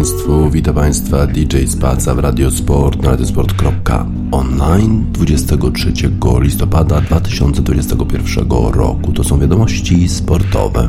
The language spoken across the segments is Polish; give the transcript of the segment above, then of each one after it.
Państwu, witam Państwa DJ Spaca w Radiosport na radiosport.online 23 listopada 2021 roku. To są wiadomości sportowe.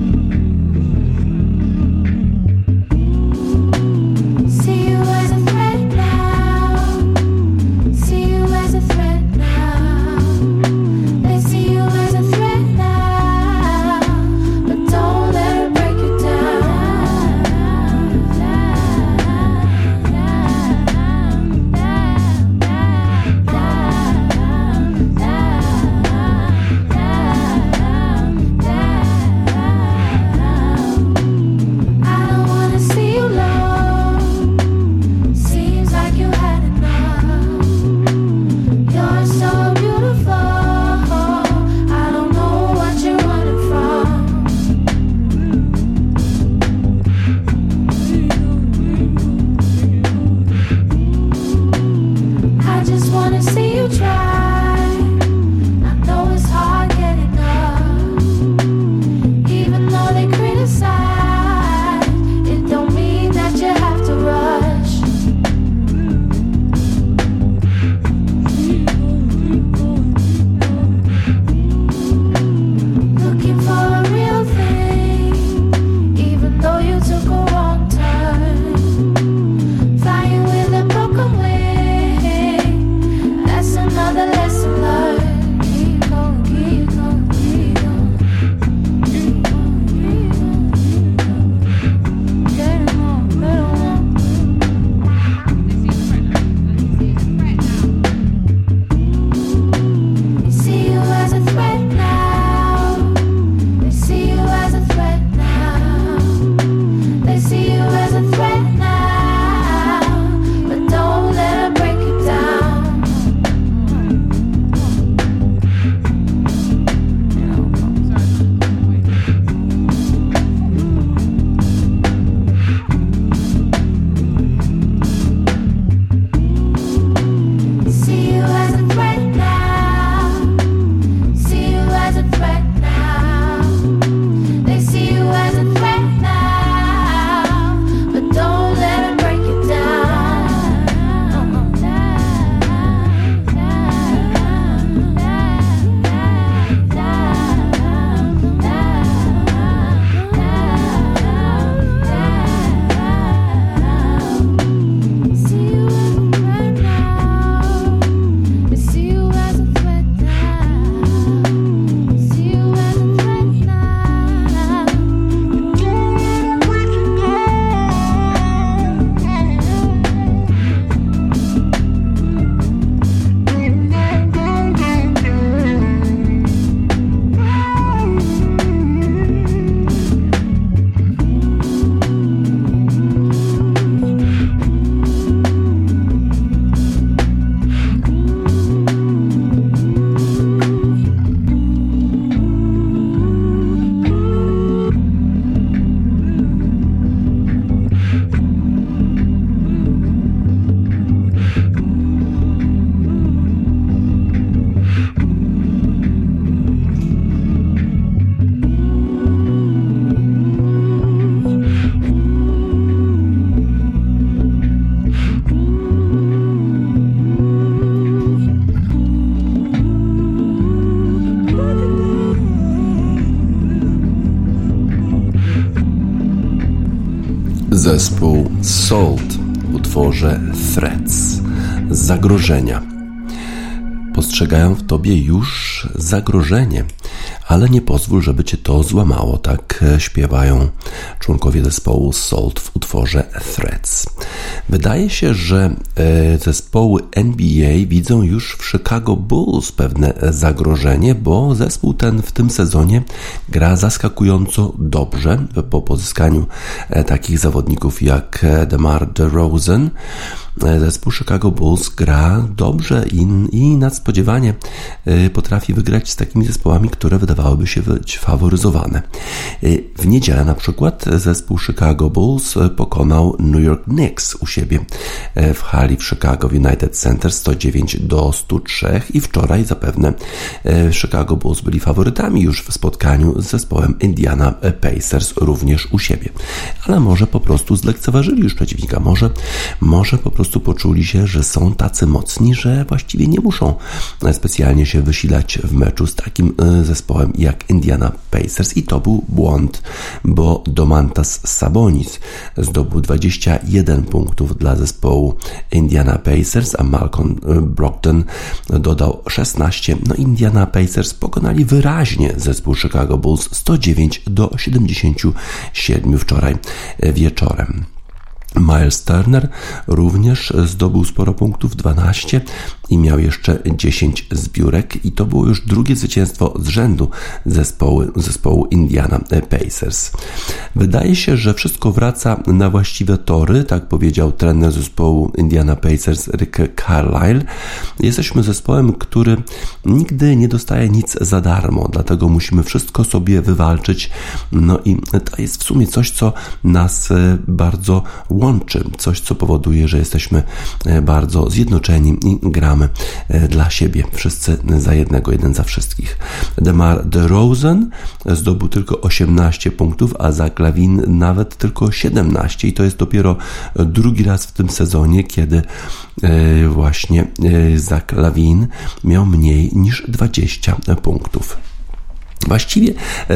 Zespół Salt w utworze Threats. Zagrożenia. Postrzegają w tobie już zagrożenie, ale nie pozwól, żeby cię to złamało. Tak śpiewają członkowie zespołu Salt w utworze Threats. Wydaje się, że zespoły NBA widzą już w Chicago Bulls pewne zagrożenie, bo zespół ten w tym sezonie gra zaskakująco dobrze po pozyskaniu takich zawodników jak DeMar DeRozan. Zespół Chicago Bulls gra dobrze i nadspodziewanie potrafi wygrać z takimi zespołami, które wydawałyby się być faworyzowane. W niedzielę na przykład zespół Chicago Bulls pokonał New York Knicks u siebie w hali w Chicago United Center 109-103 i wczoraj zapewne Chicago Bulls byli faworytami już w spotkaniu z zespołem Indiana Pacers również u siebie. Ale może po prostu zlekceważyli już przeciwnika, może po prostu poczuli się, że są tacy mocni, że właściwie nie muszą specjalnie się wysilać w meczu z takim zespołem jak Indiana Pacers i to był błąd, bo Domantas Sabonis zdobył 21 punktów dla zespołu Indiana Pacers, a Malcolm Brogdon dodał 16. No Indiana Pacers pokonali wyraźnie zespół Chicago Bulls 109-77 wczoraj wieczorem. Miles Turner również zdobył sporo punktów, 12 i miał jeszcze 10 zbiórek i to było już drugie zwycięstwo z rzędu zespołu Indiana Pacers. Wydaje się, że wszystko wraca na właściwe tory, tak powiedział trener zespołu Indiana Pacers Rick Carlisle. Jesteśmy zespołem, który nigdy nie dostaje nic za darmo, dlatego musimy wszystko sobie wywalczyć. No i to jest w sumie coś, co nas bardzo łączy, coś, co powoduje, że jesteśmy bardzo zjednoczeni i gramy dla siebie. Wszyscy za jednego, jeden za wszystkich. DeMar DeRozan zdobył tylko 18 punktów, a Zach LaVine nawet tylko 17 i to jest dopiero drugi raz w tym sezonie, kiedy właśnie Zach LaVine miał mniej niż 20 punktów. Właściwie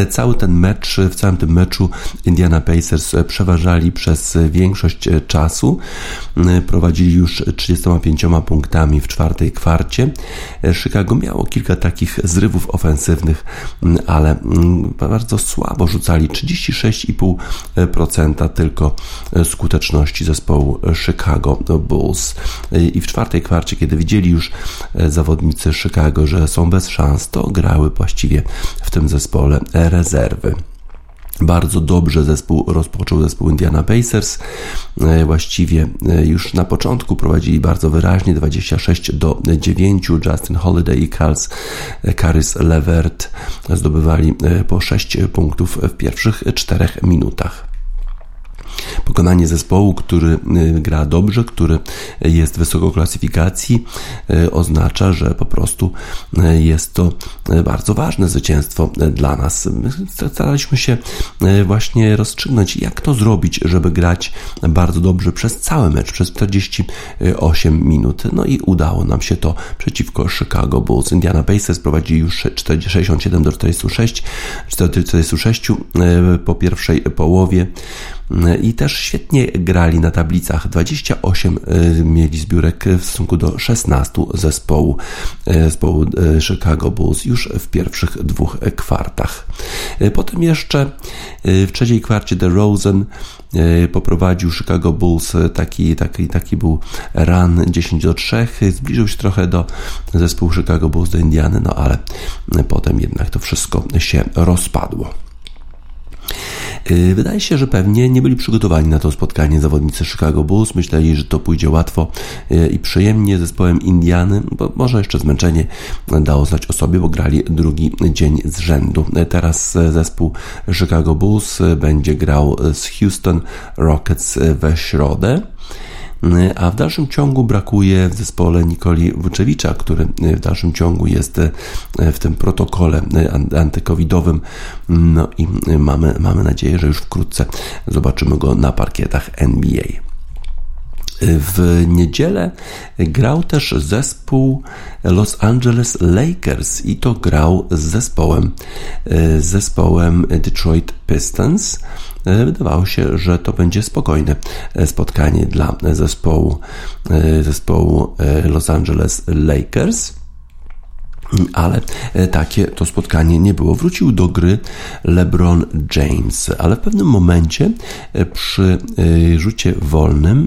w całym tym meczu Indiana Pacers przeważali przez większość czasu. Prowadzili już 35 punktami w czwartej kwarcie. Chicago miało kilka takich zrywów ofensywnych, ale bardzo słabo rzucali. 36,5% tylko skuteczności zespołu Chicago Bulls. I w czwartej kwarcie, kiedy widzieli już zawodnicy Chicago, że są bez szans, to grały właściwie w tym zespole rezerwy. Bardzo dobrze rozpoczął zespół Indiana Pacers. Właściwie już na początku prowadzili bardzo wyraźnie 26-9. Justin Holiday i Caris LeVert zdobywali po 6 punktów w pierwszych 4 minutach. Pokonanie zespołu, który gra dobrze, który jest wysoko w klasyfikacji, oznacza, że po prostu jest to bardzo ważne zwycięstwo dla nas. Staraliśmy się właśnie rozstrzygnąć, jak to zrobić, żeby grać bardzo dobrze przez cały mecz, przez 48 minut. No i udało nam się to przeciwko Chicago Bulls. Indiana Pacers prowadzili już 67-46 po pierwszej połowie. I też świetnie grali na tablicach. 28 mieli zbiórek w stosunku do 16 zespołu Chicago Bulls już w pierwszych 2 kwartach. Potem jeszcze w trzeciej kwarcie DeRozan poprowadził Chicago Bulls, taki był run 10-3, zbliżył się trochę do zespołu Chicago Bulls, do Indiany, no ale potem jednak to wszystko się rozpadło. Wydaje się, że pewnie nie byli przygotowani na to spotkanie zawodnicy Chicago Bulls. Myśleli, że to pójdzie łatwo i przyjemnie z zespołem Indiany, bo może jeszcze zmęczenie dało znać o sobie, bo grali drugi dzień z rzędu. Teraz zespół Chicago Bulls będzie grał z Houston Rockets we środę. A w dalszym ciągu brakuje w zespole Nikoli Vučevića, który w dalszym ciągu jest w tym protokole antykowidowym. No i mamy nadzieję, że już wkrótce zobaczymy go na parkietach NBA. W niedzielę grał też zespół Los Angeles Lakers i to grał z zespołem Detroit Pistons. Wydawało się, że to będzie spokojne spotkanie dla zespołu Los Angeles Lakers. Ale takie to spotkanie nie było. Wrócił do gry LeBron James, ale w pewnym momencie przy rzucie wolnym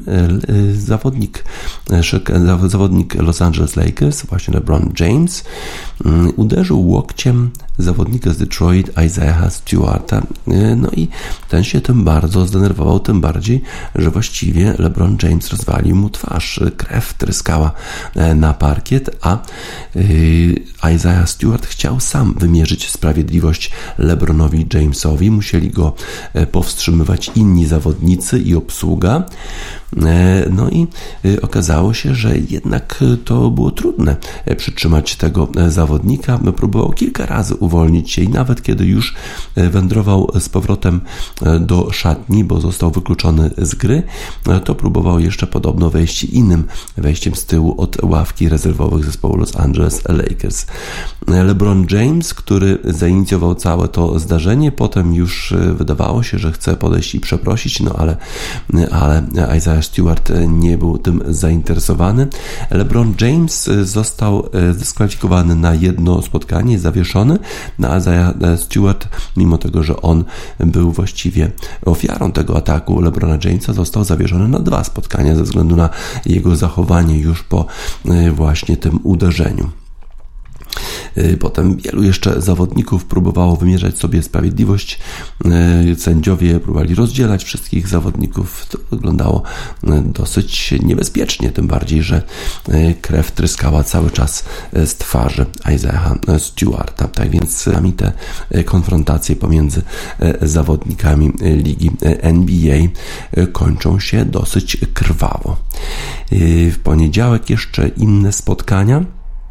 zawodnik Los Angeles Lakers, właśnie LeBron James, uderzył łokciem zawodnika z Detroit, Isaiah Stewarta. No i ten się tym bardzo zdenerwował, tym bardziej, że właściwie LeBron James rozwalił mu twarz. Krew tryskała na parkiet, a Isaiah Stewart chciał sam wymierzyć sprawiedliwość LeBronowi Jamesowi. Musieli go powstrzymywać inni zawodnicy i obsługa. No i okazało się, że jednak to było trudne przytrzymać tego zawodnika. Próbował kilka razy uwolnić się i nawet kiedy już wędrował z powrotem do szatni, bo został wykluczony z gry, to próbował jeszcze podobno wejść innym wejściem z tyłu od ławki rezerwowych zespołu Los Angeles Lakers. LeBron James, który zainicjował całe to zdarzenie, potem już wydawało się, że chce podejść i przeprosić, no ale Isaiah Stewart nie był tym zainteresowany. LeBron James został zdyskwalifikowany na jedno spotkanie, zawieszony, a Isaiah Stewart, mimo tego, że on był właściwie ofiarą tego ataku LeBrona Jamesa, został zawieszony na 2 spotkania ze względu na jego zachowanie już po właśnie tym uderzeniu. Potem wielu jeszcze zawodników próbowało wymierzać sobie sprawiedliwość. Sędziowie próbowali rozdzielać wszystkich zawodników. To wyglądało dosyć niebezpiecznie, tym bardziej, że krew tryskała cały czas z twarzy Isaiah Stewarta. Tak więc te konfrontacje pomiędzy zawodnikami ligi NBA kończą się dosyć krwawo. W poniedziałek jeszcze inne spotkania.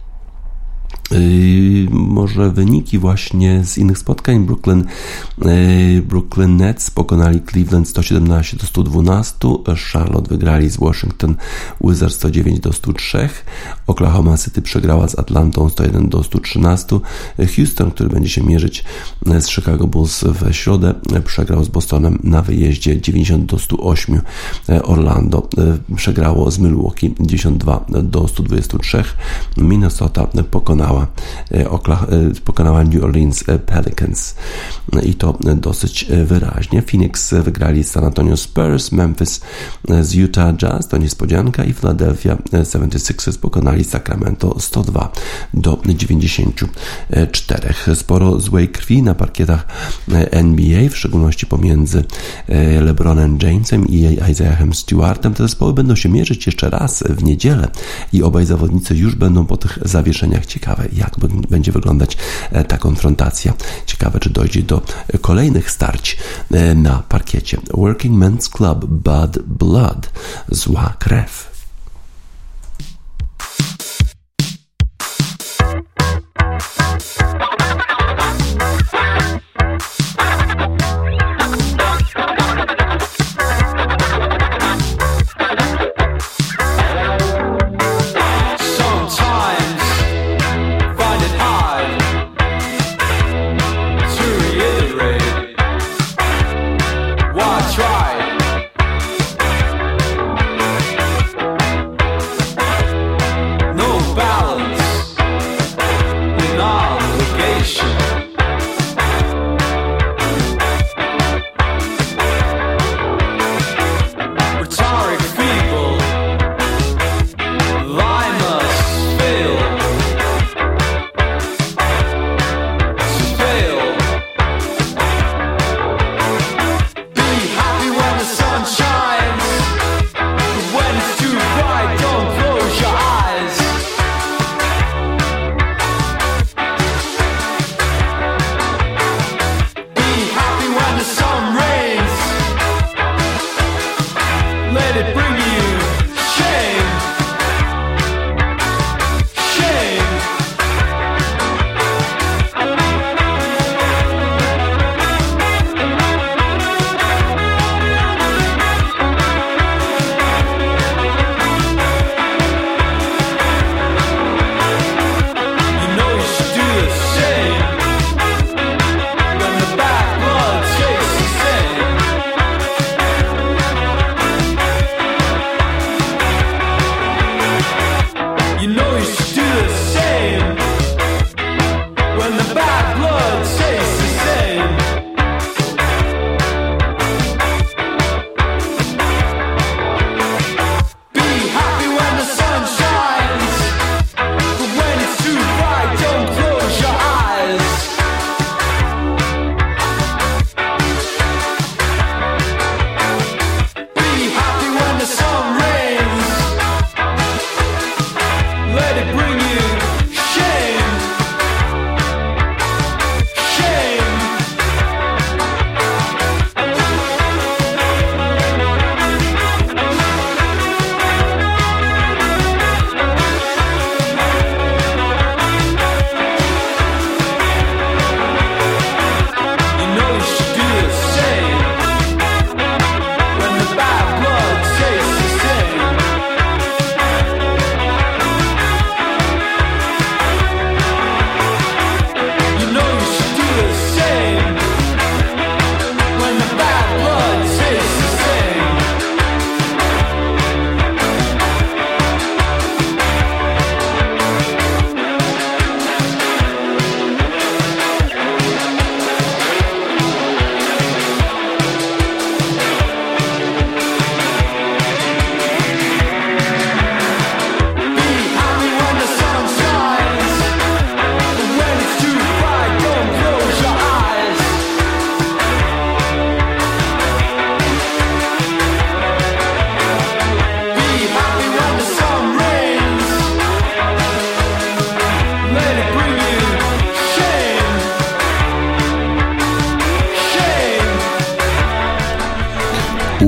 Może wyniki właśnie z innych spotkań. Brooklyn Nets pokonali Cleveland 117-112, Charlotte wygrali z Washington Wizards 109-103, Oklahoma City przegrała z Atlantą 101-113, Houston, który będzie się mierzyć z Chicago Bulls w środę, przegrał z Bostonem na wyjeździe 90-108, Orlando przegrało z Milwaukee 92-123, Minnesota pokonała New Orleans Pelicans i to dosyć wyraźnie. Phoenix wygrali z San Antonio Spurs, Memphis z Utah Jazz, to niespodzianka, i Philadelphia 76ers pokonali Sacramento 102-94. Sporo złej krwi na parkietach NBA, w szczególności pomiędzy LeBronem Jamesem i Isaiahem Stewartem. Te zespoły będą się mierzyć jeszcze raz w niedzielę i obaj zawodnicy już będą po tych zawieszeniach. Ciekawe, jak będzie wyglądać ta konfrontacja. Ciekawe, czy dojdzie do kolejnych starć na parkiecie. Working Men's Club, Bad Blood, zła krew. Try.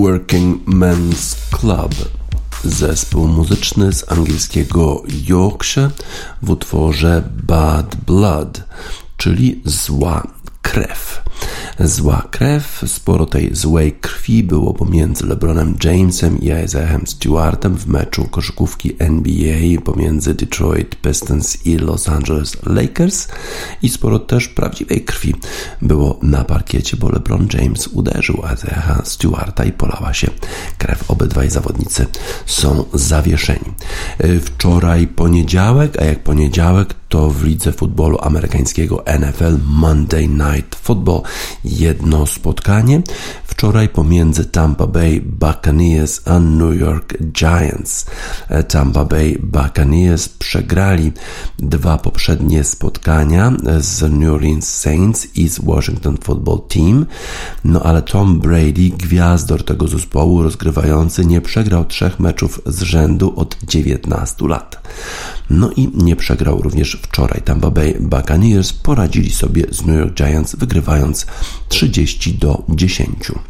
Working Men's Club, zespół muzyczny z angielskiego Yorkshire w utworze Bad Blood, czyli zła krew. Zła krew, sporo tej złej krwi było pomiędzy LeBronem Jamesem i Isaiahem Stewartem w meczu koszykówki NBA pomiędzy Detroit Pistons i Los Angeles Lakers i sporo też prawdziwej krwi było na parkiecie, bo LeBron James uderzył Isaiaha Stewarta i polała się krew. Obydwaj zawodnicy są zawieszeni. Wczoraj poniedziałek, a jak poniedziałek to w lidze futbolu amerykańskiego NFL Monday Night Football jedno spotkanie. Wczoraj pomiędzy Tampa Bay Buccaneers a New York Giants. Tampa Bay Buccaneers przegrali dwa poprzednie spotkania z New Orleans Saints i z Washington Football Team. No ale Tom Brady, gwiazdor tego zespołu, rozgrywający, nie przegrał 3 meczów z rzędu od 19 lat. No i nie przegrał również wczoraj. Tampa Bay Buccaneers poradzili sobie z New York Giants, wygrywając 30-10.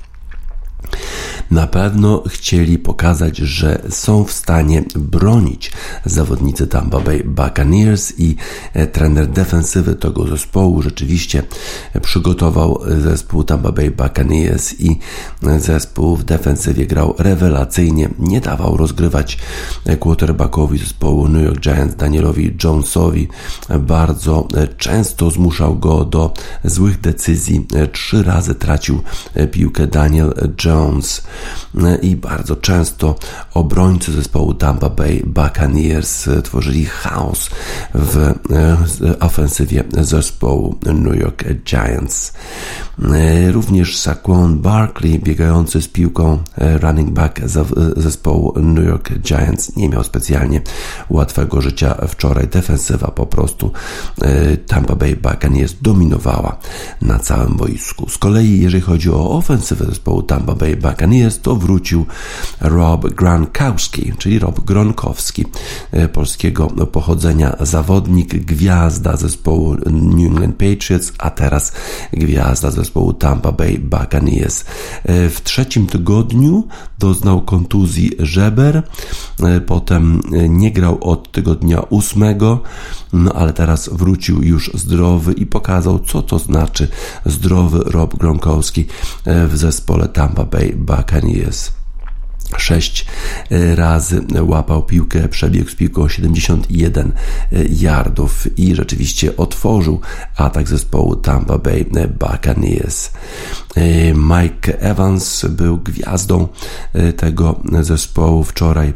Na pewno chcieli pokazać, że są w stanie bronić zawodnicy Tampa Bay Buccaneers i trener defensywy tego zespołu rzeczywiście przygotował zespół Tampa Bay Buccaneers i zespół w defensywie grał rewelacyjnie, nie dawał rozgrywać quarterbackowi zespołu New York Giants Danielowi Jonesowi, bardzo często zmuszał go do złych decyzji, 3 razy tracił piłkę Daniel Jones i bardzo często obrońcy zespołu Tampa Bay Buccaneers tworzyli chaos w ofensywie zespołu New York Giants. Również Saquon Barkley, biegający z piłką running back zespołu New York Giants, nie miał specjalnie łatwego życia wczoraj. Defensywa po prostu Tampa Bay Buccaneers dominowała na całym boisku. Z kolei jeżeli chodzi o ofensywę zespołu Tampa Bay Buccaneers, to wrócił Rob Gronkowski, czyli Rob Gronkowski, polskiego pochodzenia zawodnik, gwiazda zespołu New England Patriots, a teraz gwiazda zespołu Tampa Bay Buccaneers. W 3. tygodniu doznał kontuzji żeber, potem nie grał od tygodnia 8, no ale teraz wrócił już zdrowy i pokazał, co to znaczy zdrowy Rob Gronkowski w zespole Tampa Bay Buccaneers. 6 razy łapał piłkę, przebiegł z piłką 71 yardów i rzeczywiście otworzył atak zespołu Tampa Bay Buccaneers. Mike Evans był gwiazdą tego zespołu wczoraj.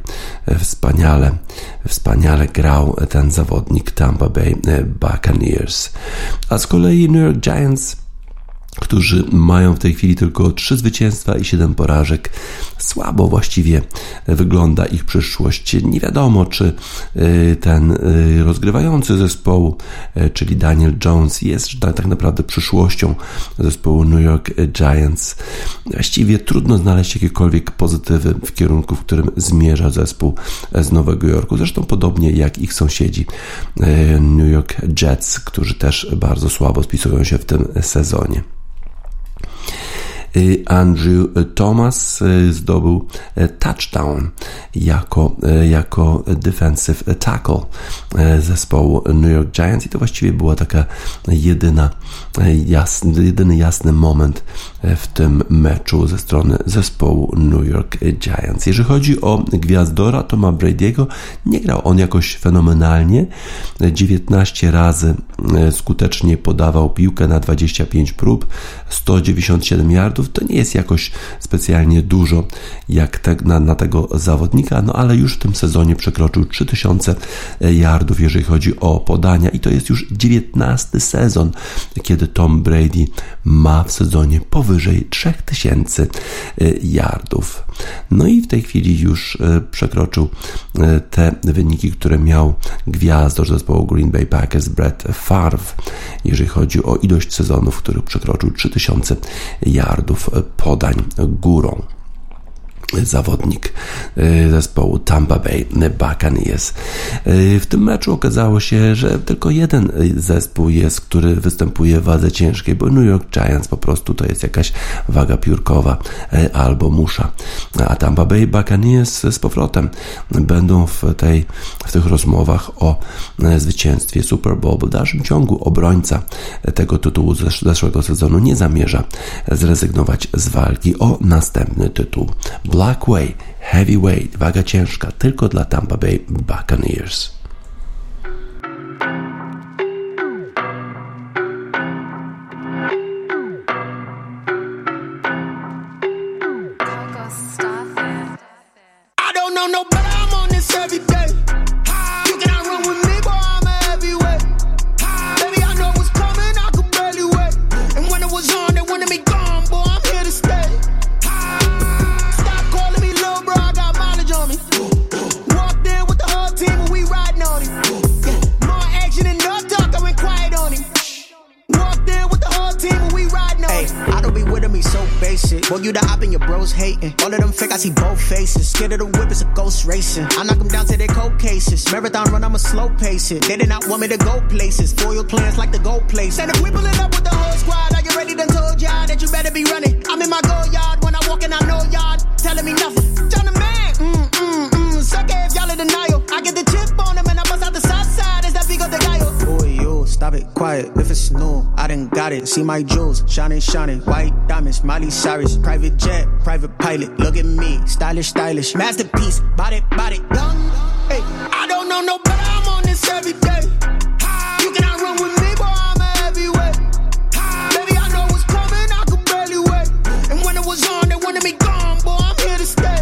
Wspaniale grał ten zawodnik Tampa Bay Buccaneers. A z kolei New York Giants, którzy mają w tej chwili tylko 3 zwycięstwa i 7 porażek. Słabo właściwie wygląda ich przyszłość. Nie wiadomo, czy ten rozgrywający zespołu, czyli Daniel Jones, jest tak naprawdę przyszłością zespołu New York Giants. Właściwie trudno znaleźć jakiekolwiek pozytywy w kierunku, w którym zmierza zespół z Nowego Jorku. Zresztą podobnie jak ich sąsiedzi New York Jets, którzy też bardzo słabo spisują się w tym sezonie. Andrew Thomas zdobył touchdown jako defensive tackle zespołu New York Giants i to właściwie była taka jedyny jasny moment w tym meczu ze strony zespołu New York Giants. Jeżeli chodzi o gwiazdora Toma Brady'ego, nie grał on jakoś fenomenalnie. 19 razy skutecznie podawał piłkę na 25 prób, 197 yardów. To nie jest jakoś specjalnie dużo jak na tego zawodnika, no ale już w tym sezonie przekroczył 3000 yardów, jeżeli chodzi o podania i to jest już 19 sezon, kiedy Tom Brady ma w sezonie powyżej 3000 yardów. No i w tej chwili już przekroczył te wyniki, które miał gwiazdor zespołu Green Bay Packers Brett Favre, jeżeli chodzi o ilość sezonów, w których przekroczył 3000 yardów podań górą. zawodnik zespołu Tampa Bay Buccaneers. W tym meczu okazało się, że tylko jeden zespół jest, który występuje w wadze ciężkiej, bo New York Giants po prostu to jest jakaś waga piórkowa albo musza. A Tampa Bay Buccaneers z powrotem będą w tych rozmowach o zwycięstwie Super Bowl. W dalszym ciągu obrońca tego tytułu z zeszłego sezonu nie zamierza zrezygnować z walki o następny tytuł. Blackway, heavyweight, waga ciężka, tylko dla Tampa Bay Buccaneers. Boy, you the op and your bros hating. All of them fake, I see both faces. Scared of the whip, it's a ghost racing. I knock them down to their cold cases. Marathon run, I'ma slow pace it. They did not want me to go places. Foil plans like the gold place. And if we pulling up with the whole squad, are you ready? Done told y'all that you better be running. I'm in my go yard. When I walk in, I know y'all telling me nothing. John the man, suck it if y'all in denial. I get the chip on them and I bust out the south side. Is that big of the guy? Boy, you stop it, quiet. If it's new, I done got it. See my jewels, shining, shining. White diamonds, Miley Cyrus. Private jet, private pilot. Look at me, stylish, stylish. Masterpiece, body, young. Hey, I don't know no better. I'm on this every day. You cannot run with me, boy. I'm a heavyweight. Baby, I know what's coming. I could barely wait. And when it was on, they wanted me gone, boy. I'm here to stay.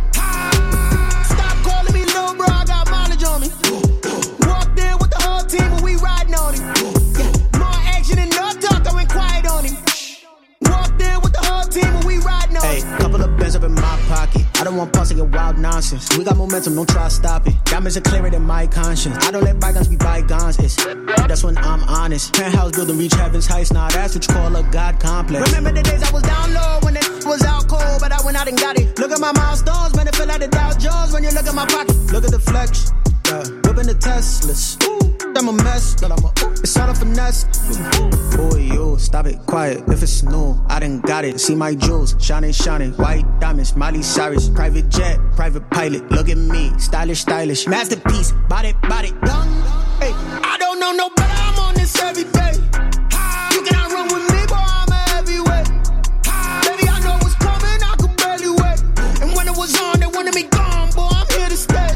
Stop calling me little bro. I got mileage on me. Walked in with the whole team and we riding on him. More action and no talk. I went quiet on him. Walked in with the whole team and we riding on him. Hey, couple of bands up in my pocket. I don't want pulse to get wild nonsense. We got momentum, don't try to stop it. Diamonds are clearer than my conscience. I don't let bygones be bygones. That's when I'm honest. Penthouse building, reach heaven's heights. Now that's what you call a God complex. Remember the days I was down low when it was out cold, but I went out and got it. Look at my milestones, man, it feel like the Dow Jones when you look at my pocket. Look at the flex, whipping the Teslas. I'm a mess, but it's all a finesse. Boy, you stop it, quiet. If it's new, I done got it. See my jewels, shining, shining. White diamonds, Miley Cyrus. Private jet, private pilot. Look at me, stylish, stylish. Masterpiece, body, young. Hey, I don't know no better. I'm on this every day. You cannot run with me, boy. I'm a heavyweight. Baby, I know what's coming. I could barely wait. And when it was on, they wanted me gone, boy. I'm here to stay.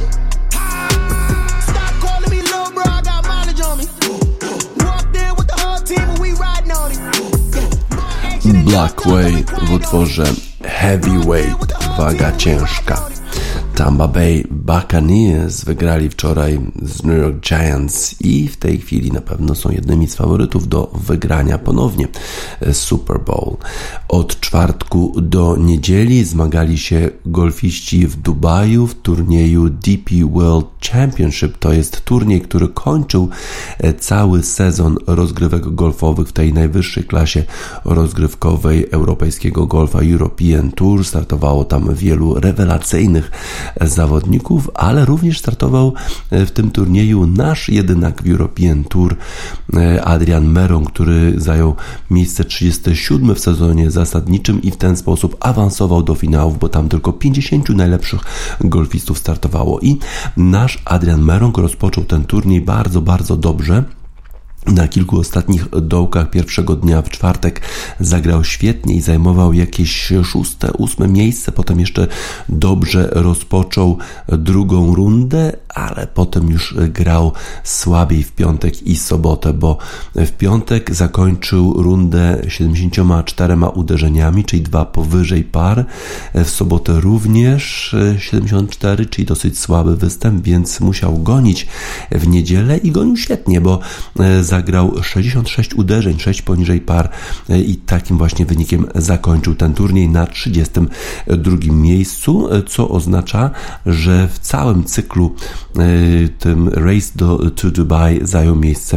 Blackway w utworze Heavyweight, waga ciężka. Tampa Bay Buccaneers wygrali wczoraj z New York Giants i w tej chwili na pewno są jednymi z faworytów do wygrania ponownie Super Bowl. Od czwartku do niedzieli zmagali się golfiści w Dubaju w turnieju DP World Championship. To jest turniej, który kończył cały sezon rozgrywek golfowych w tej najwyższej klasie rozgrywkowej europejskiego golfa European Tour. Startowało tam wielu rewelacyjnych zawodników, ale również startował w tym turnieju nasz jedynak w European Tour Adrian Meron, który zajął miejsce 37 w sezonie zasadniczym i w ten sposób awansował do finałów, bo tam tylko 50 najlepszych golfistów startowało i nasz Adrian Meron rozpoczął ten turniej bardzo, bardzo dobrze. Na kilku ostatnich dołkach pierwszego dnia w czwartek zagrał świetnie i zajmował jakieś 6., 8. miejsce. Potem jeszcze dobrze rozpoczął drugą rundę, ale potem już grał słabiej w piątek i sobotę, bo w piątek zakończył rundę 74 uderzeniami, czyli 2 powyżej par. W sobotę również 74, czyli dosyć słaby występ, więc musiał gonić w niedzielę i gonił świetnie, bo zagrał zagrał 66 uderzeń, 6 poniżej par i takim właśnie wynikiem zakończył ten turniej na 32 miejscu, co oznacza, że w całym cyklu tym Race to Dubai zajął miejsce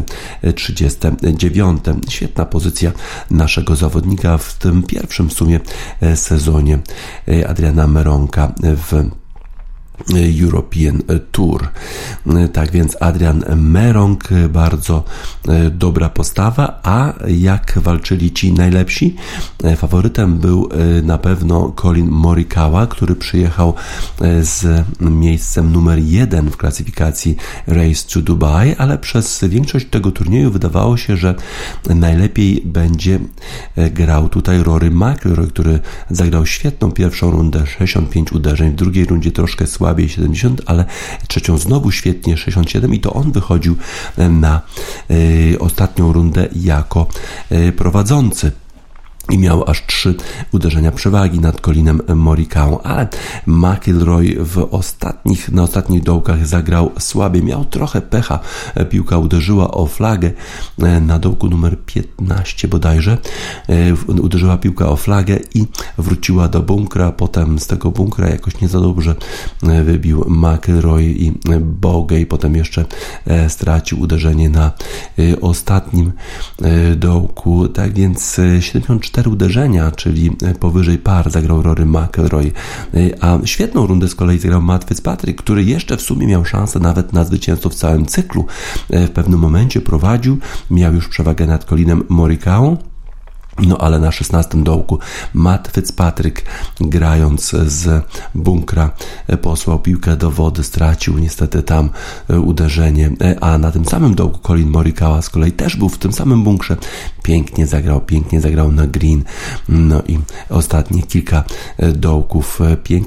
39. Świetna pozycja naszego zawodnika w tym pierwszym w sumie sezonie Adriana Meronka w European Tour. Tak więc Adrian Meronk, bardzo dobra postawa, a jak walczyli ci najlepsi? Faworytem był na pewno Collin Morikawa, który przyjechał z miejscem numer 1 w klasyfikacji Race to Dubai, ale przez większość tego turnieju wydawało się, że najlepiej będzie grał tutaj Rory McIlroy, który zagrał świetną pierwszą rundę, 65 uderzeń, w drugiej rundzie troszkę słabiej, 70, ale trzecią znowu świetnie, 67 i to on wychodził na ostatnią rundę jako prowadzący. I miał aż 3 uderzenia przewagi nad Collinem Morikawą, ale McIlroy na ostatnich dołkach zagrał słabiej, miał trochę pecha, piłka uderzyła o flagę na dołku numer 15 bodajże, uderzyła piłka o flagę i wróciła do bunkra, potem z tego bunkra jakoś nie za dobrze wybił McIlroy i bogey, potem jeszcze stracił uderzenie na ostatnim dołku, tak więc 74 uderzenia, czyli powyżej par zagrał Rory McIlroy, a świetną rundę z kolei zagrał Matt Fitzpatrick, który jeszcze w sumie miał szansę nawet na zwycięstwo w całym cyklu. W pewnym momencie prowadził, miał już przewagę nad Collinem Morikawą, no ale na 16 dołku Matt Fitzpatrick, grając z bunkra, posłał piłkę do wody, stracił niestety tam uderzenie, a na tym samym dołku Collin Morikawa z kolei też był w tym samym bunkrze, pięknie zagrał na green, no i ostatnie kilka dołków,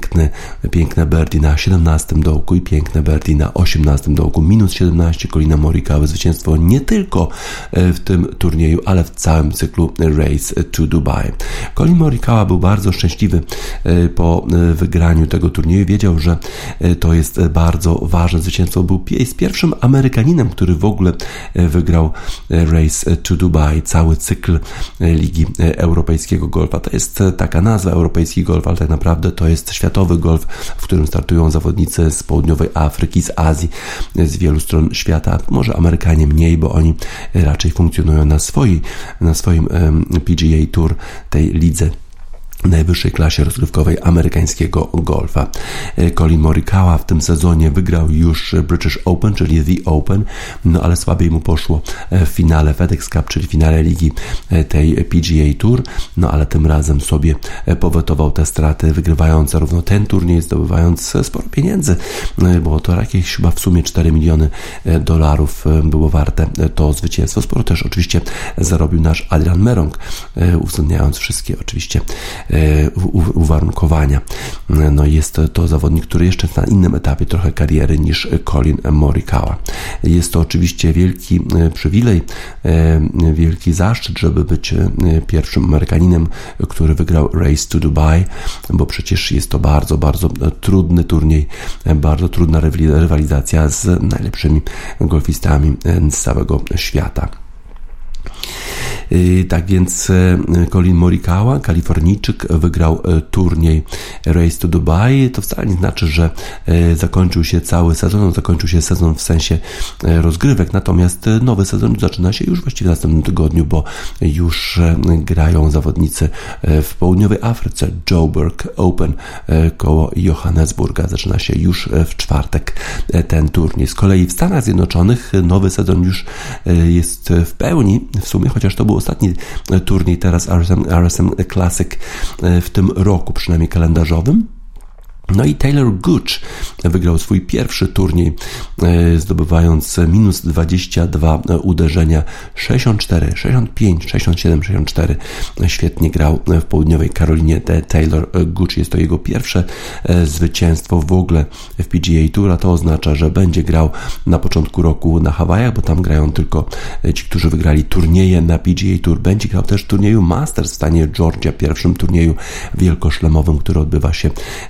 piękne birdie na 17 dołku i piękne birdie na 18 dołku, minus 17 Collina Morikawy, zwycięstwo nie tylko w tym turnieju, ale w całym cyklu Race to Dubai. Collin Morikawa był bardzo szczęśliwy po wygraniu tego turnieju. Wiedział, że to jest bardzo ważne zwycięstwo. Był pierwszym Amerykaninem, który w ogóle wygrał Race to Dubai, cały cykl Ligi Europejskiego Golfa. To jest taka nazwa, Europejski Golf, ale tak naprawdę to jest światowy golf, w którym startują zawodnicy z południowej Afryki, z Azji, z wielu stron świata. Może Amerykanie mniej, bo oni raczej funkcjonują na swoim PGA Tour, tej lidze najwyższej klasie rozgrywkowej amerykańskiego golfa. Collin Morikawa w tym sezonie wygrał już British Open, czyli The Open, no ale słabiej mu poszło w finale FedEx Cup, czyli finale ligi tej PGA Tour, no ale tym razem sobie powetował te straty, wygrywając zarówno ten turniej, zdobywając sporo pieniędzy, bo to jakieś chyba w sumie $4 miliony było warte to zwycięstwo. Sporo też oczywiście zarobił nasz Adrian Meronk, uwzględniając wszystkie oczywiście uwarunkowania. No jest to zawodnik, który jeszcze na innym etapie trochę kariery niż Collin Morikawa. Jest to oczywiście wielki przywilej, wielki zaszczyt, żeby być pierwszym Amerykaninem, który wygrał Race to Dubai, bo przecież jest to bardzo, bardzo trudny turniej, bardzo trudna rywalizacja z najlepszymi golfistami z całego świata. Tak więc Collin Morikawa, Kalifornijczyk, wygrał turniej Race to Dubai. To wcale nie znaczy, że zakończył się cały sezon, zakończył się sezon w sensie rozgrywek, natomiast nowy sezon zaczyna się już właściwie w następnym tygodniu, bo już grają zawodnicy w południowej Afryce. Joburg Open koło Johannesburga zaczyna się już w czwartek ten turniej. Z kolei w Stanach Zjednoczonych nowy sezon już jest w pełni, w sumie, chociaż to był ostatni turniej teraz RSM Classic w tym roku, przynajmniej kalendarzowym. No i Taylor Gooch wygrał swój pierwszy turniej, zdobywając minus 22 uderzenia, 64, 65, 67, 64. Świetnie grał w południowej Karolinie. Taylor Gooch, jest to jego pierwsze zwycięstwo w ogóle w PGA Tour, a to oznacza, że będzie grał na początku roku na Hawajach, bo tam grają tylko ci, którzy wygrali turnieje na PGA Tour. Będzie grał też w turnieju Masters w stanie Georgia, pierwszym turnieju wielkoszlemowym, który odbywa się zawsze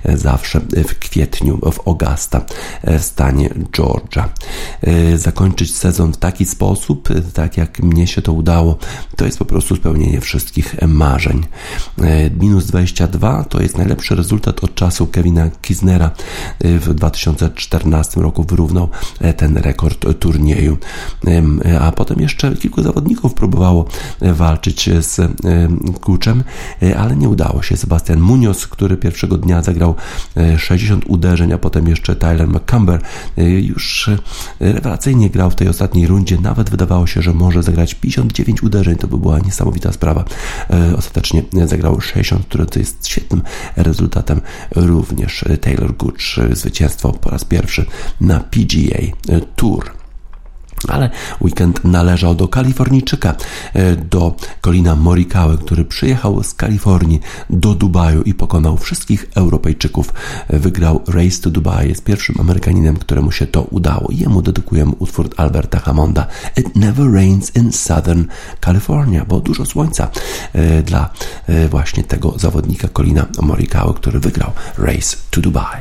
zawsze w kwietniu w Augusta w stanie Georgia. Zakończyć sezon w taki sposób, tak jak mnie się to udało, to jest po prostu spełnienie wszystkich marzeń. Minus 22 to jest najlepszy rezultat od czasu Kevina Kisnera. W 2014 roku wyrównał ten rekord turnieju. A potem jeszcze kilku zawodników próbowało walczyć z Kuczem, ale nie udało się. Sebastian Munoz, który pierwszego dnia zagrał 60 uderzeń, a potem jeszcze Tyler McCumber już rewelacyjnie grał w tej ostatniej rundzie. Nawet wydawało się, że może zagrać 59 uderzeń. To by była niesamowita sprawa. Ostatecznie zagrał 60, które to jest świetnym rezultatem. Również Taylor Gooch zwycięstwo po raz pierwszy na PGA Tour. Ale weekend należał do Kalifornijczyka, do Collina Morikawy, który przyjechał z Kalifornii do Dubaju i pokonał wszystkich Europejczyków. Wygrał Race to Dubai, jest pierwszym Amerykaninem, któremu się to udało. Jemu dedykujemy utwór Alberta Hammonda It Never Rains in Southern California, bo dużo słońca dla właśnie tego zawodnika Collina Morikawy, który wygrał Race to Dubai.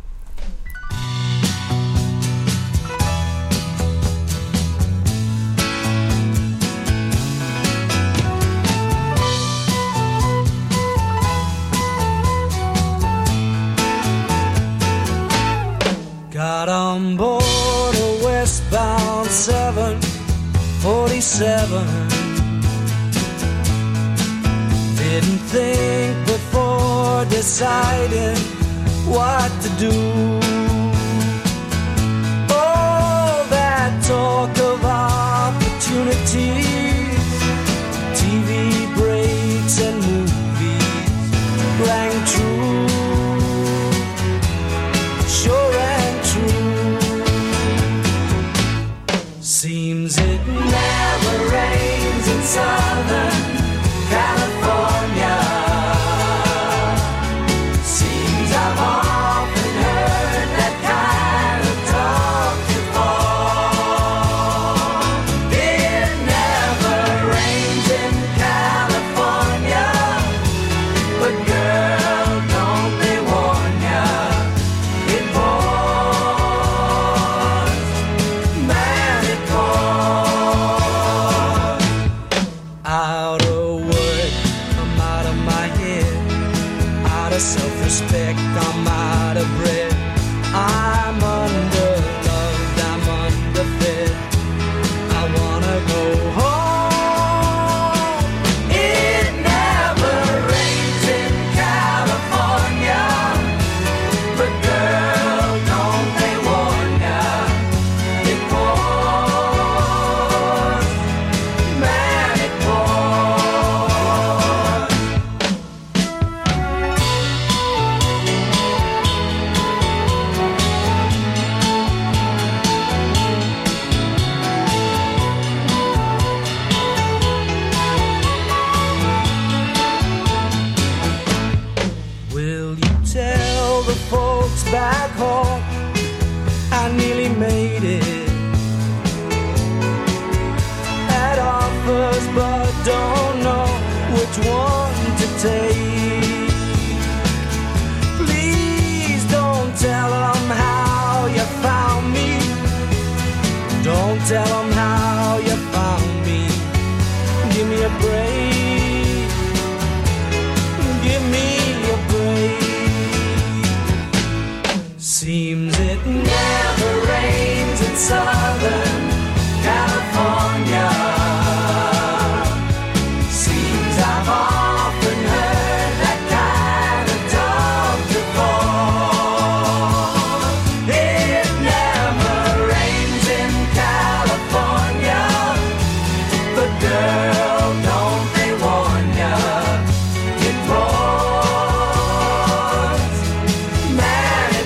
Got on board a westbound 747. Didn't think before deciding what to do. Oh, that talk of opportunities, TV breaks and movies rang true. Sure and true. Seems it never rains in Southern California. Seems I've often heard that kind of talk before. It never rains in California, but girl, don't they warn ya? It pours, man, it pours. Out of work, I'm out of my head. Out of self-respect, I'm out of breath. I'm underloved, I'm underfed. I wanna go home. It never rains in California, but girl, don't they warn ya? It pours, man, it pours. Will you tell the folks back home I nearly made it? Had offers but don't know which one to take. Please don't tell them how you found me. Don't tell them how you found me. Give me a break. Give me a break. Seems it never rains in Southern California. Seems I've often heard that kind of talk before. It never rains in California, but girl, don't they warn ya? It pours, man, it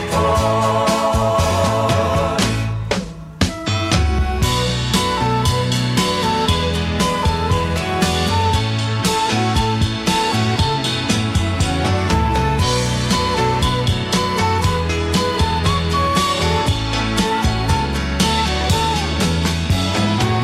pours.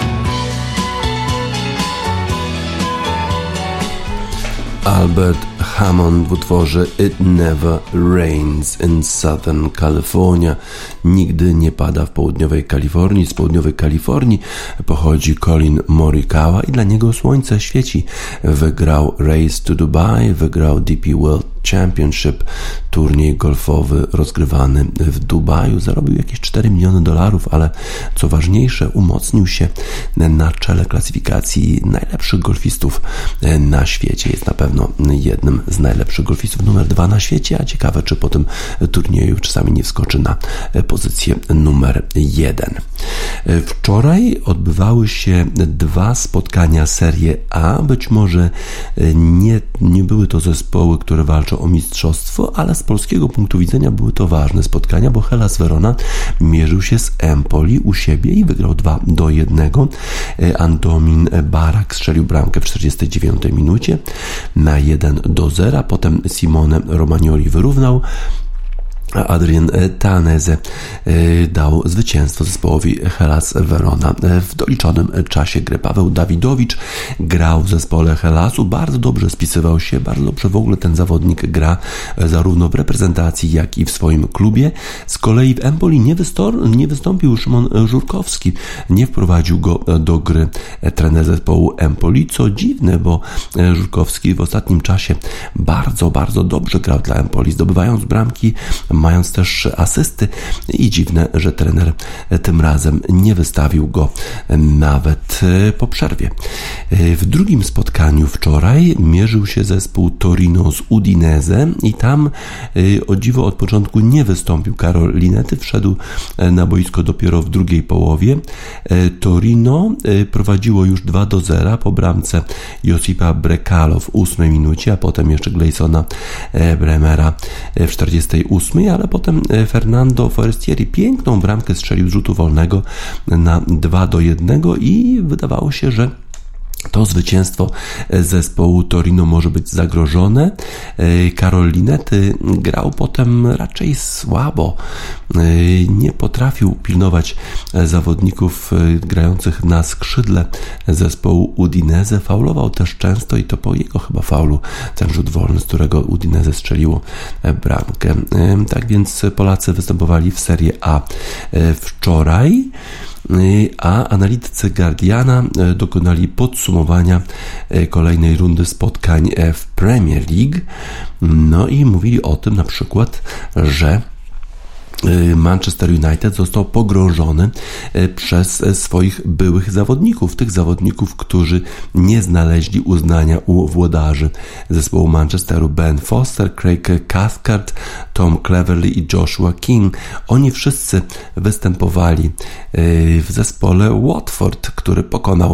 Albert Hammond w utworze It Never Rains in Southern California. Nigdy nie pada w południowej Kalifornii. Z południowej Kalifornii pochodzi Collin Morikawa i dla niego słońce świeci. Wygrał Race to Dubai, wygrał DP World Championship, turniej golfowy rozgrywany w Dubaju. Zarobił jakieś $4 miliony, ale co ważniejsze, umocnił się na czele klasyfikacji najlepszych golfistów na świecie. Jest na pewno jednym z najlepszych golfistów numer 2 na świecie, a ciekawe, czy po tym turnieju czasami nie wskoczy na pozycję numer 1. Wczoraj odbywały się 2 spotkania Serie A. Być może nie były to zespoły, które walczą o mistrzostwo, ale z polskiego punktu widzenia były to ważne spotkania, bo Hellas Verona mierzył się z Empoli u siebie i wygrał 2-1. Antonin Barak strzelił bramkę w 49 minucie na 1-0. Potem Simone Romagnoli wyrównał, a Adrien Taneze dał zwycięstwo zespołowi Hellas Verona w doliczonym czasie gry. Paweł Dawidowicz grał w zespole Hellasu, bardzo dobrze spisywał się, bardzo dobrze w ogóle ten zawodnik gra zarówno w reprezentacji, jak i w swoim klubie. Z kolei w Empoli nie wystąpił Szymon Żurkowski, nie wprowadził go do gry trener zespołu Empoli, co dziwne, bo Żurkowski w ostatnim czasie bardzo, bardzo dobrze grał dla Empoli, zdobywając bramki, mając też asysty i dziwne, że trener tym razem nie wystawił go nawet po przerwie. W drugim spotkaniu wczoraj mierzył się zespół Torino z Udinese i tam o dziwo od początku nie wystąpił Karol Linetti, wszedł na boisko dopiero w drugiej połowie. Torino prowadziło już 2-0 po bramce Josipa Brekalo w 8 minucie, a potem jeszcze Gleisona Bremera w 48, ale potem Fernando Forestieri piękną bramkę strzelił z rzutu wolnego na 2-1 i wydawało się, że to zwycięstwo zespołu Torino może być zagrożone. Karol Linetti grał potem raczej słabo. Nie potrafił pilnować zawodników grających na skrzydle zespołu Udinese. Faulował też często i to po jego chyba faulu ten rzut wolny, z którego Udinese strzeliło bramkę. Tak więc Polacy występowali w Serie A wczoraj, a analitycy Guardiana dokonali podsumowania kolejnej rundy spotkań w Premier League. No i mówili o tym na przykład, że Manchester United został pogrążony przez swoich byłych zawodników, tych zawodników, którzy nie znaleźli uznania u włodarzy zespołu Manchesteru. Ben Foster, Craig Cathcart, Tom Cleverley i Joshua King. Oni wszyscy występowali w zespole Watford, który pokonał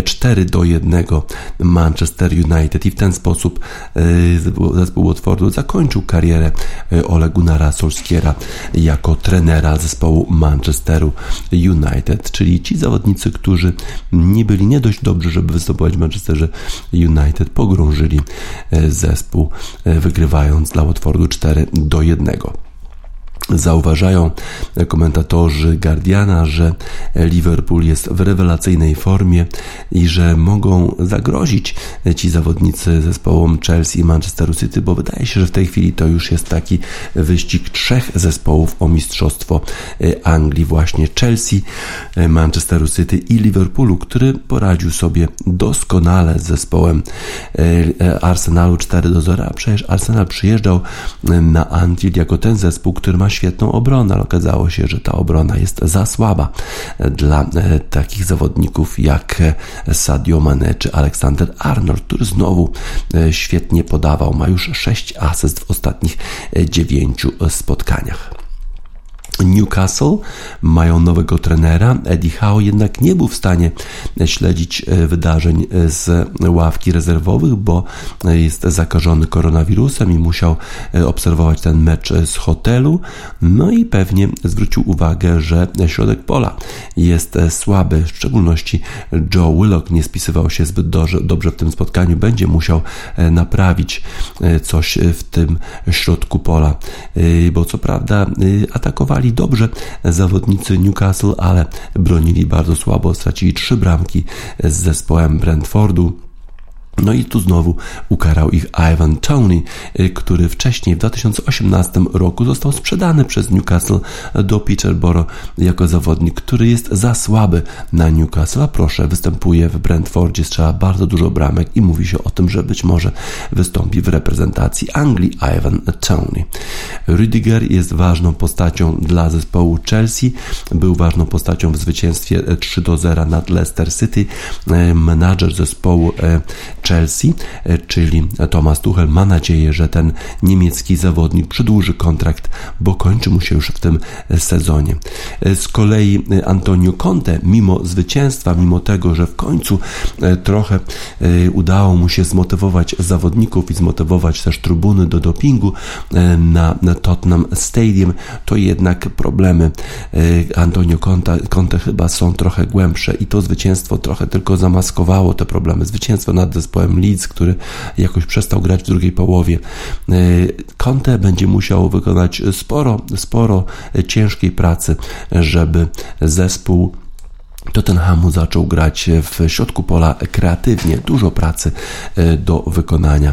4-1 Manchester United i w ten sposób zespół Watfordu zakończył karierę Ole Gunnara Solskjaera jako trenera zespołu Manchesteru United, czyli ci zawodnicy, którzy nie byli nie dość dobrzy, żeby występować w Manchesterze United, pogrążyli zespół, wygrywając dla Watfordu 4-1. Zauważają komentatorzy Guardiana, że Liverpool jest w rewelacyjnej formie i że mogą zagrozić ci zawodnicy zespołom Chelsea i Manchesteru City, bo wydaje się, że w tej chwili to już jest taki wyścig 3 zespołów o mistrzostwo Anglii, właśnie Chelsea, Manchesteru City i Liverpoolu, który poradził sobie doskonale z zespołem Arsenalu 4-0, a przecież Arsenal przyjeżdżał na Anfield jako ten zespół, który ma świetną obronę, ale okazało się, że ta obrona jest za słaba dla takich zawodników jak Sadio Mane czy Alexander Arnold, który znowu świetnie podawał, ma już 6 asyst w ostatnich 9 spotkaniach. Newcastle mają nowego trenera. Eddie Howe jednak nie był w stanie śledzić wydarzeń z ławki rezerwowych, bo jest zakażony koronawirusem i musiał obserwować ten mecz z hotelu. No i pewnie zwrócił uwagę, że środek pola jest słaby, w szczególności Joe Willock nie spisywał się zbyt dobrze w tym spotkaniu. Będzie musiał naprawić coś w tym środku pola, bo co prawda atakowali dobrze zawodnicy Newcastle, ale bronili bardzo słabo, stracili 3 bramki z zespołem Brentfordu. No i tu znowu ukarał ich Ivan Toney, który wcześniej w 2018 roku został sprzedany przez Newcastle do Peterborough jako zawodnik, który jest za słaby na Newcastle. A proszę, występuje w Brentfordzie, strzela bardzo dużo bramek i mówi się o tym, że być może wystąpi w reprezentacji Anglii Ivan Toney. Rüdiger jest ważną postacią dla zespołu Chelsea. Był ważną postacią w zwycięstwie 3-0 nad Leicester City. Menadżer zespołu Chelsea, czyli Thomas Tuchel, ma nadzieję, że ten niemiecki zawodnik przedłuży kontrakt, bo kończy mu się już w tym sezonie. Z kolei Antonio Conte, mimo zwycięstwa, mimo tego, że w końcu trochę udało mu się zmotywować zawodników i zmotywować też trybuny do dopingu na Tottenham Stadium, to jednak problemy Antonio Conte chyba są trochę głębsze i to zwycięstwo trochę tylko zamaskowało te problemy. Zwycięstwo nad zespołem Leeds, który jakoś przestał grać w drugiej połowie. Conte będzie musiał wykonać sporo ciężkiej pracy, żeby zespół Tottenhamu zaczął grać w środku pola kreatywnie. Dużo pracy do wykonania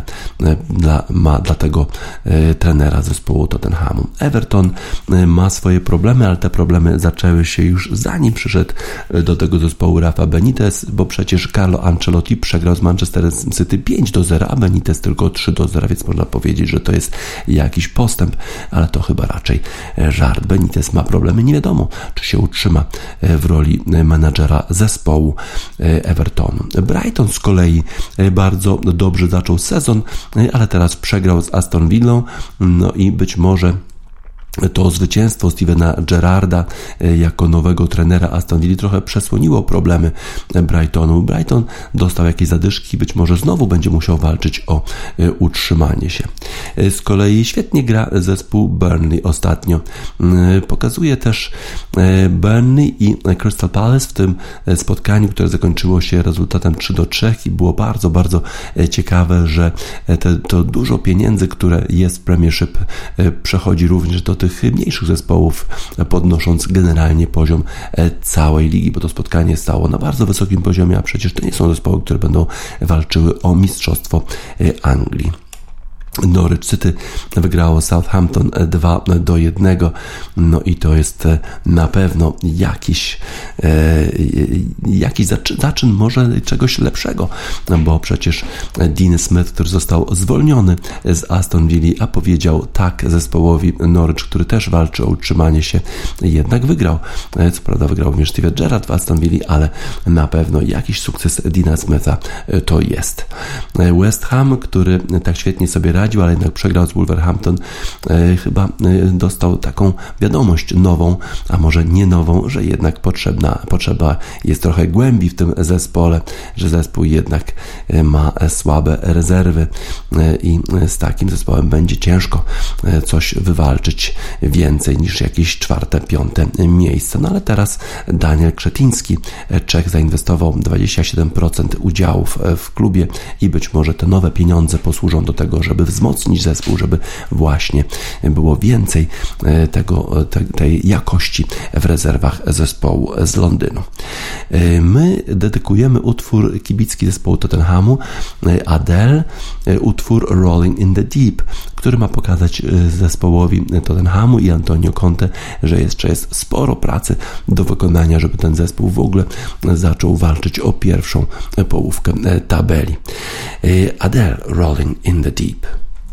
dla tego trenera zespołu Tottenhamu. Everton ma swoje problemy, ale te problemy zaczęły się już zanim przyszedł do tego zespołu Rafa Benitez, bo przecież Carlo Ancelotti przegrał z Manchester City 5-0, a Benitez tylko 3-0, więc można powiedzieć, że to jest jakiś postęp, ale to chyba raczej żart. Benitez ma problemy, nie wiadomo, czy się utrzyma w roli menadżera zespołu Evertonu. Brighton z kolei bardzo dobrze zaczął sezon, ale teraz przegrał z Aston Villą, no i być może to zwycięstwo Stevena Gerrarda jako nowego trenera Aston Villa trochę przesłoniło problemy Brightonu. Brighton dostał jakieś zadyszki, być może znowu będzie musiał walczyć o utrzymanie się. Z kolei świetnie gra zespół Burnley ostatnio. Pokazuje też Burnley i Crystal Palace w tym spotkaniu, które zakończyło się rezultatem 3-3 i było bardzo, bardzo ciekawe, że to dużo pieniędzy, które jest w Premiership, przechodzi również do tych mniejszych zespołów, podnosząc generalnie poziom całej ligi, bo to spotkanie stało na bardzo wysokim poziomie, a przecież to nie są zespoły, które będą walczyły o mistrzostwo Anglii. Norwich City wygrało Southampton 2-1, no i to jest na pewno jakiś zaczyn może czegoś lepszego, bo przecież Dean Smith, który został zwolniony z Aston Villa, a powiedział tak zespołowi Norwich, który też walczy o utrzymanie się, jednak wygrał. Co prawda wygrał również Steven Gerrard w Aston Villa, ale na pewno jakiś sukces Deana Smitha to jest. West Ham, który tak świetnie sobie radził, ale jednak przegrał z Wolverhampton, chyba dostał taką wiadomość nową, a może nie nową, że jednak potrzeba jest trochę głębi w tym zespole, że zespół jednak ma słabe rezerwy i z takim zespołem będzie ciężko coś wywalczyć więcej niż jakieś 4., 5. miejsce. No ale teraz Daniel Krzetiński, Czech, zainwestował 27% udziałów w klubie i być może te nowe pieniądze posłużą do tego, żeby wzmocnić zespół, żeby właśnie było więcej tej jakości w rezerwach zespołu z Londynu. My dedykujemy utwór kibicki zespołu Tottenhamu, Adele, utwór Rolling in the Deep, który ma pokazać zespołowi Tottenhamu i Antonio Conte, że jeszcze jest sporo pracy do wykonania, żeby ten zespół w ogóle zaczął walczyć o pierwszą połówkę tabeli. Adele, Rolling in the Deep.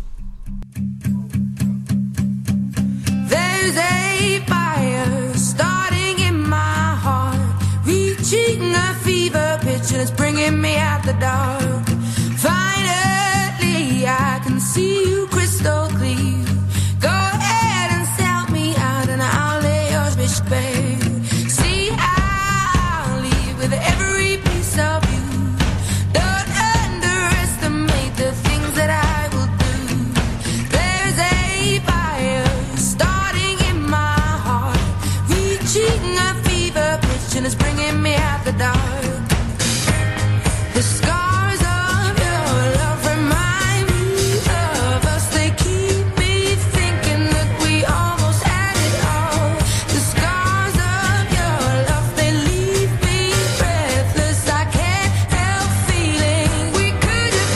There's a fire starting in my heart, reaching a fever pitch and it's bringing me out the dark. Finally I can see you crystal clear. Go ahead and sell me out and I'll lay your fish bare. See, I'll leave with every piece of you. Don't underestimate the things that I will do. There's a fire starting in my heart, reaching a fever pitch and it's bringing me out the dark. The scars of your love remind me of us. They keep me thinking that we almost had it all. The scars of your love, they leave me breathless. I can't help feeling we could have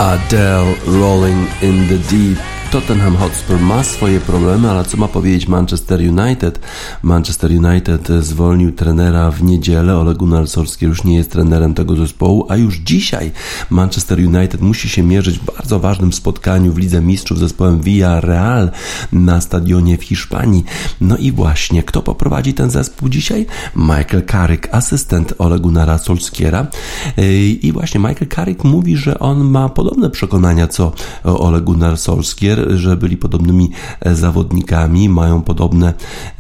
Adele, Rolling in the Deep. Tottenham Hotspur ma swoje problemy, ale co ma powiedzieć Manchester United? Manchester United zwolnił trenera w niedzielę. Ole Gunnar Solskjaer już nie jest trenerem tego zespołu, a już dzisiaj Manchester United musi się mierzyć w bardzo ważnym spotkaniu w Lidze Mistrzów z zespołem Villarreal na stadionie w Hiszpanii. No i właśnie, kto poprowadzi ten zespół dzisiaj? Michael Carrick, asystent Ole Gunnara Solskjaera. I właśnie Michael Carrick mówi, że on ma podobne przekonania co Ole Gunnar Solskjaer, że byli podobnymi zawodnikami, mają podobne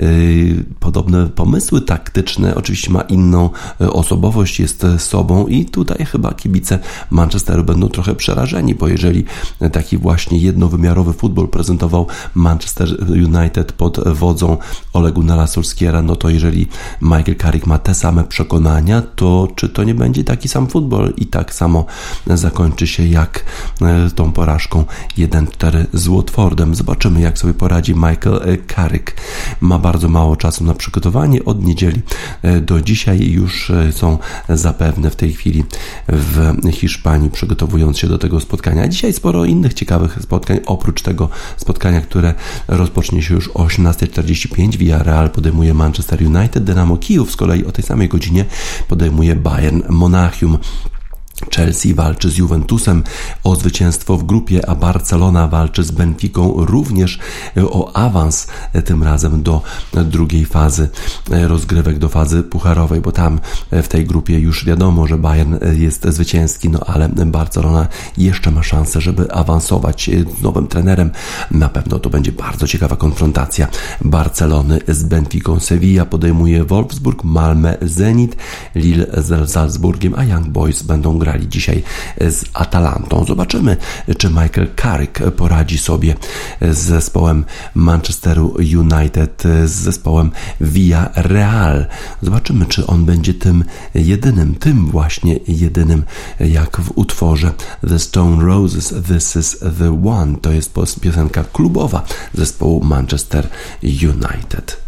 pomysły taktyczne, oczywiście ma inną osobowość, jest sobą i tutaj chyba kibice Manchesteru będą trochę przerażeni, bo jeżeli taki właśnie jednowymiarowy futbol prezentował Manchester United pod wodzą Ole Gunnara Solskjaera, no to jeżeli Michael Carrick ma te same przekonania, to czy to nie będzie taki sam futbol i tak samo zakończy się jak tą porażką 1-4 z Watfordem. Zobaczymy, jak sobie poradzi Michael Carrick. Ma bardzo mało czasu na przygotowanie. Od niedzieli do dzisiaj już są zapewne w tej chwili w Hiszpanii, przygotowując się do tego spotkania. Dzisiaj sporo innych ciekawych spotkań, oprócz tego spotkania, które rozpocznie się już o 18:45. Villarreal podejmuje Manchester United. Dynamo Kijów z kolei o tej samej godzinie podejmuje Bayern Monachium. Chelsea walczy z Juventusem o zwycięstwo w grupie, a Barcelona walczy z Benficą również o awans, tym razem do drugiej fazy rozgrywek, do fazy pucharowej, bo tam w tej grupie już wiadomo, że Bayern jest zwycięski, no ale Barcelona jeszcze ma szansę, żeby awansować z nowym trenerem. Na pewno to będzie bardzo ciekawa konfrontacja Barcelony z Benficą. Sevilla podejmuje Wolfsburg, Malmö Zenit, Lille z Salzburgiem, a Young Boys będą grali dzisiaj z Atalantą. Zobaczymy, czy Michael Carrick poradzi sobie z zespołem Manchesteru United, z zespołem Villarreal. Zobaczymy, czy on będzie tym właśnie jedynym, jak w utworze The Stone Roses, This is the One. To jest piosenka klubowa zespołu Manchester United.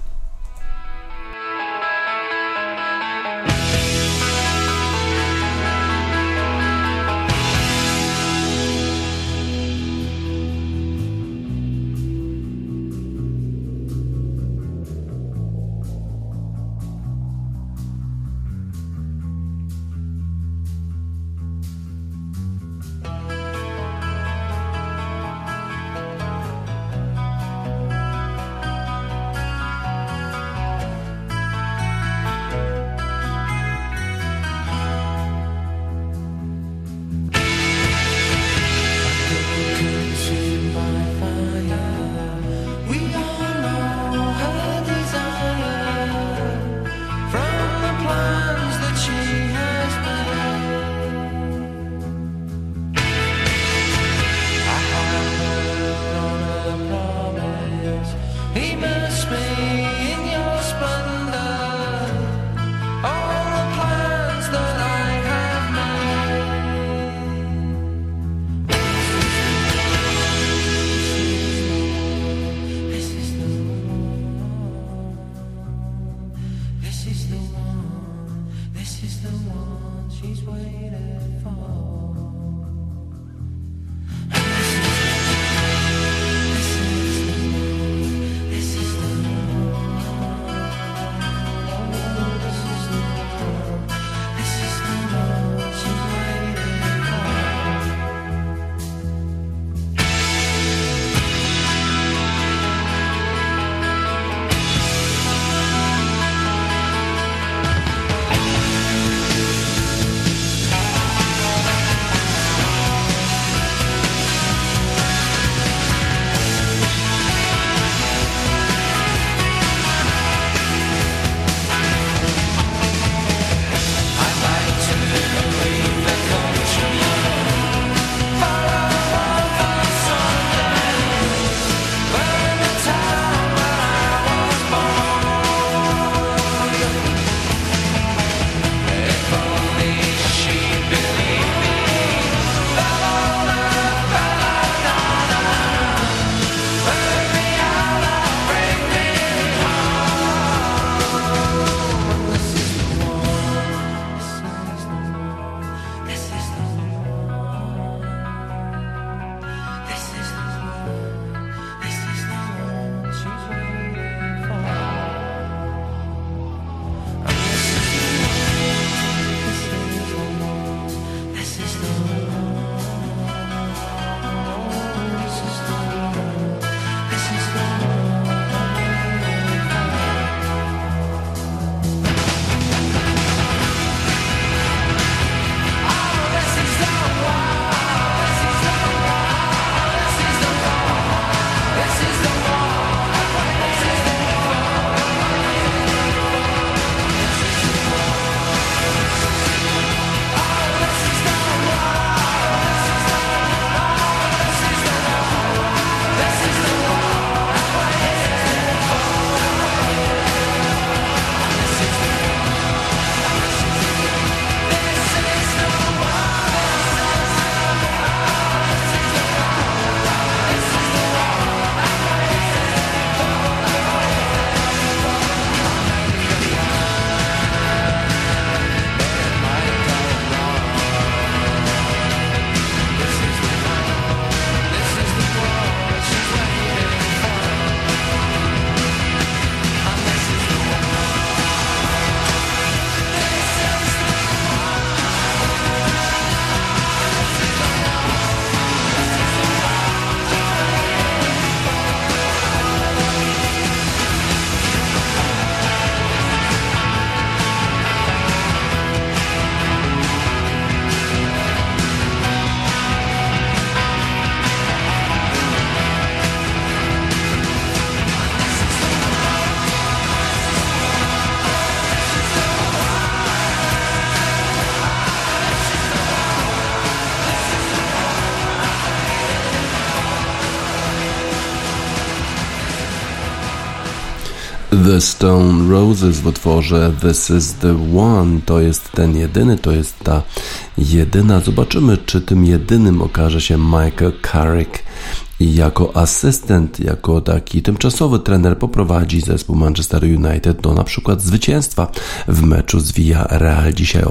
The Stone Roses w utworze This is the One. To jest ten jedyny, to jest ta jedyna. Zobaczymy, czy tym jedynym okaże się Michael Carrick i jako asystent, jako taki tymczasowy trener poprowadzi zespół Manchester United do na przykład zwycięstwa w meczu z Villarreal dzisiaj o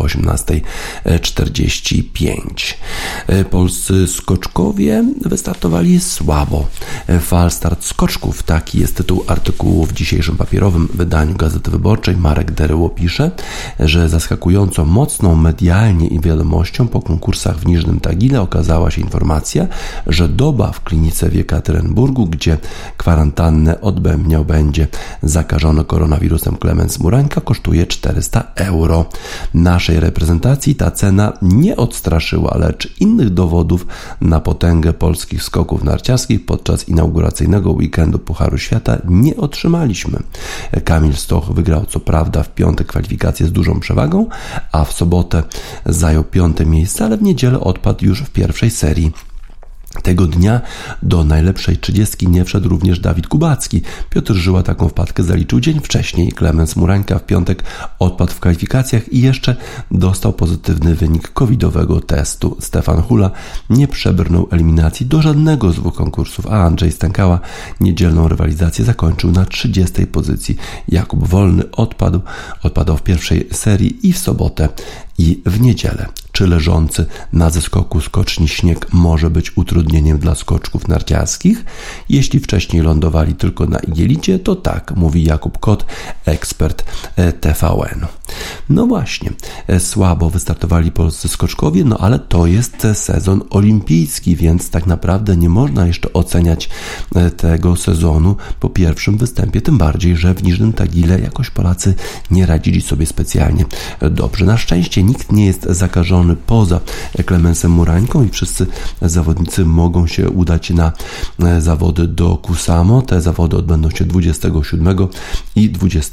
18:45. Polscy skoczkowie wystartowali słabo. Falstart skoczków, taki jest tytuł artykułu w dzisiejszym papierowym wydaniu Gazety Wyborczej. Marek Deryło pisze, że zaskakująco mocną medialnie i wiadomością po konkursach w Niżnym Tagile okazała się informacja, że doba w klinice w Jekaterynburgu, gdzie kwarantannę odbębniał będzie zakażony koronawirusem Klemens Murańka, kosztuje 400 €. Naszej reprezentacji ta cena nie odstraszyła, lecz innych dowodów na potęgę polskich skoków narciarskich podczas inauguracyjnego weekendu Pucharu Świata nie otrzymaliśmy. Kamil Stoch wygrał co prawda w piątek kwalifikacje z dużą przewagą, a w sobotę zajął 5. miejsce, ale w niedzielę odpadł już w pierwszej serii. Tego dnia do najlepszej 30 nie wszedł również Dawid Kubacki. Piotr Żyła taką wpadkę zaliczył dzień wcześniej. Klemens Murańka w piątek odpadł w kwalifikacjach i jeszcze dostał pozytywny wynik covidowego testu. Stefan Hula nie przebrnął eliminacji do żadnego z dwóch konkursów, a Andrzej Stękała niedzielną rywalizację zakończył na 30. pozycji. Jakub Wolny odpadał w pierwszej serii i w sobotę i w niedzielę. Czy leżący na zeskoku skoczni śnieg może być utrudnieniem dla skoczków narciarskich? Jeśli wcześniej lądowali tylko na igielicie, to tak, mówi Jakub Kot, ekspert TVN. No właśnie, słabo wystartowali polscy skoczkowie, no ale to jest sezon olimpijski, więc tak naprawdę nie można jeszcze oceniać tego sezonu po pierwszym występie, tym bardziej, że w Niżnym Tagile jakoś Polacy nie radzili sobie specjalnie dobrze. Na szczęście nikt nie jest zakażony poza Klemensem Murańką i wszyscy zawodnicy mogą się udać na zawody do Kusamo. Te zawody odbędą się 27 i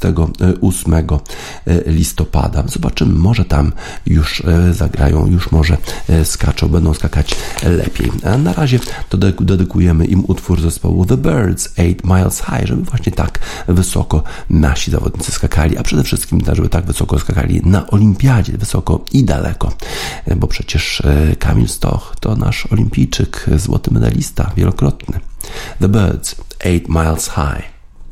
28 listopada. Zobaczymy, może tam już zagrają, już może skaczą, będą skakać lepiej. A na razie to dedykujemy im utwór zespołu The Birds, 8 Miles High, żeby właśnie tak wysoko nasi zawodnicy skakali, a przede wszystkim, żeby tak wysoko skakali na olimpiadzie, wysoko i daleko, bo przecież Kamil Stoch to nasz olimpijczyk, złoty medalista, wielokrotny. The Birds, 8 Miles High.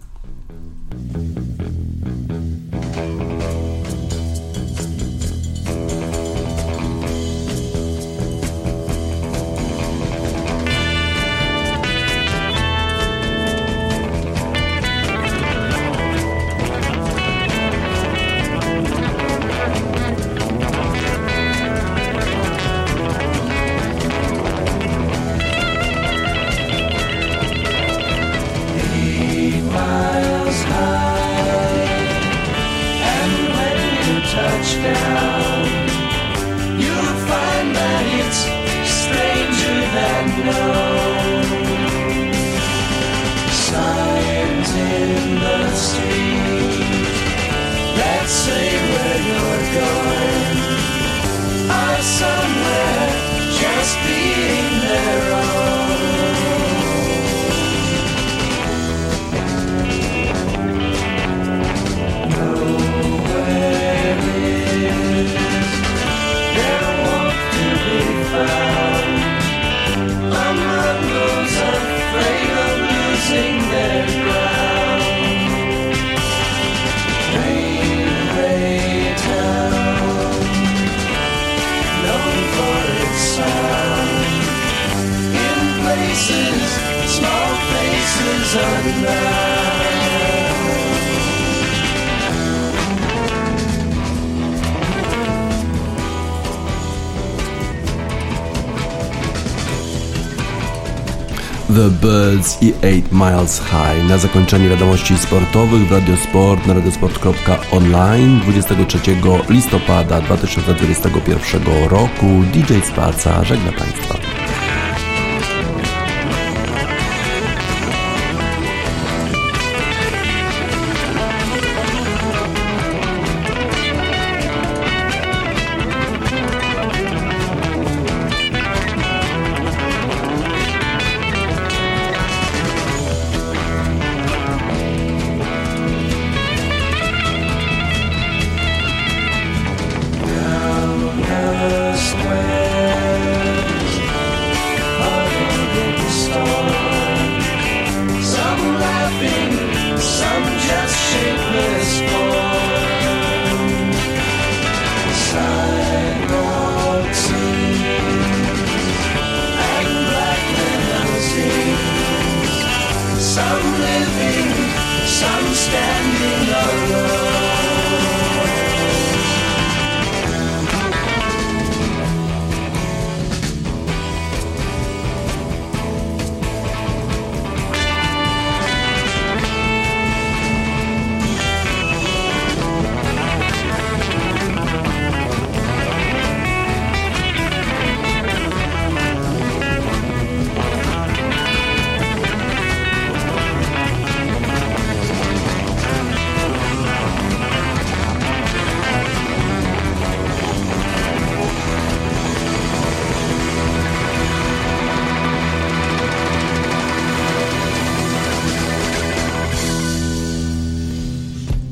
The Birds i 8 Miles High. Na zakończenie wiadomości sportowych w Radiosport na radiosport.online 23 listopada 2021 roku. DJ Spaca żegna Państwa.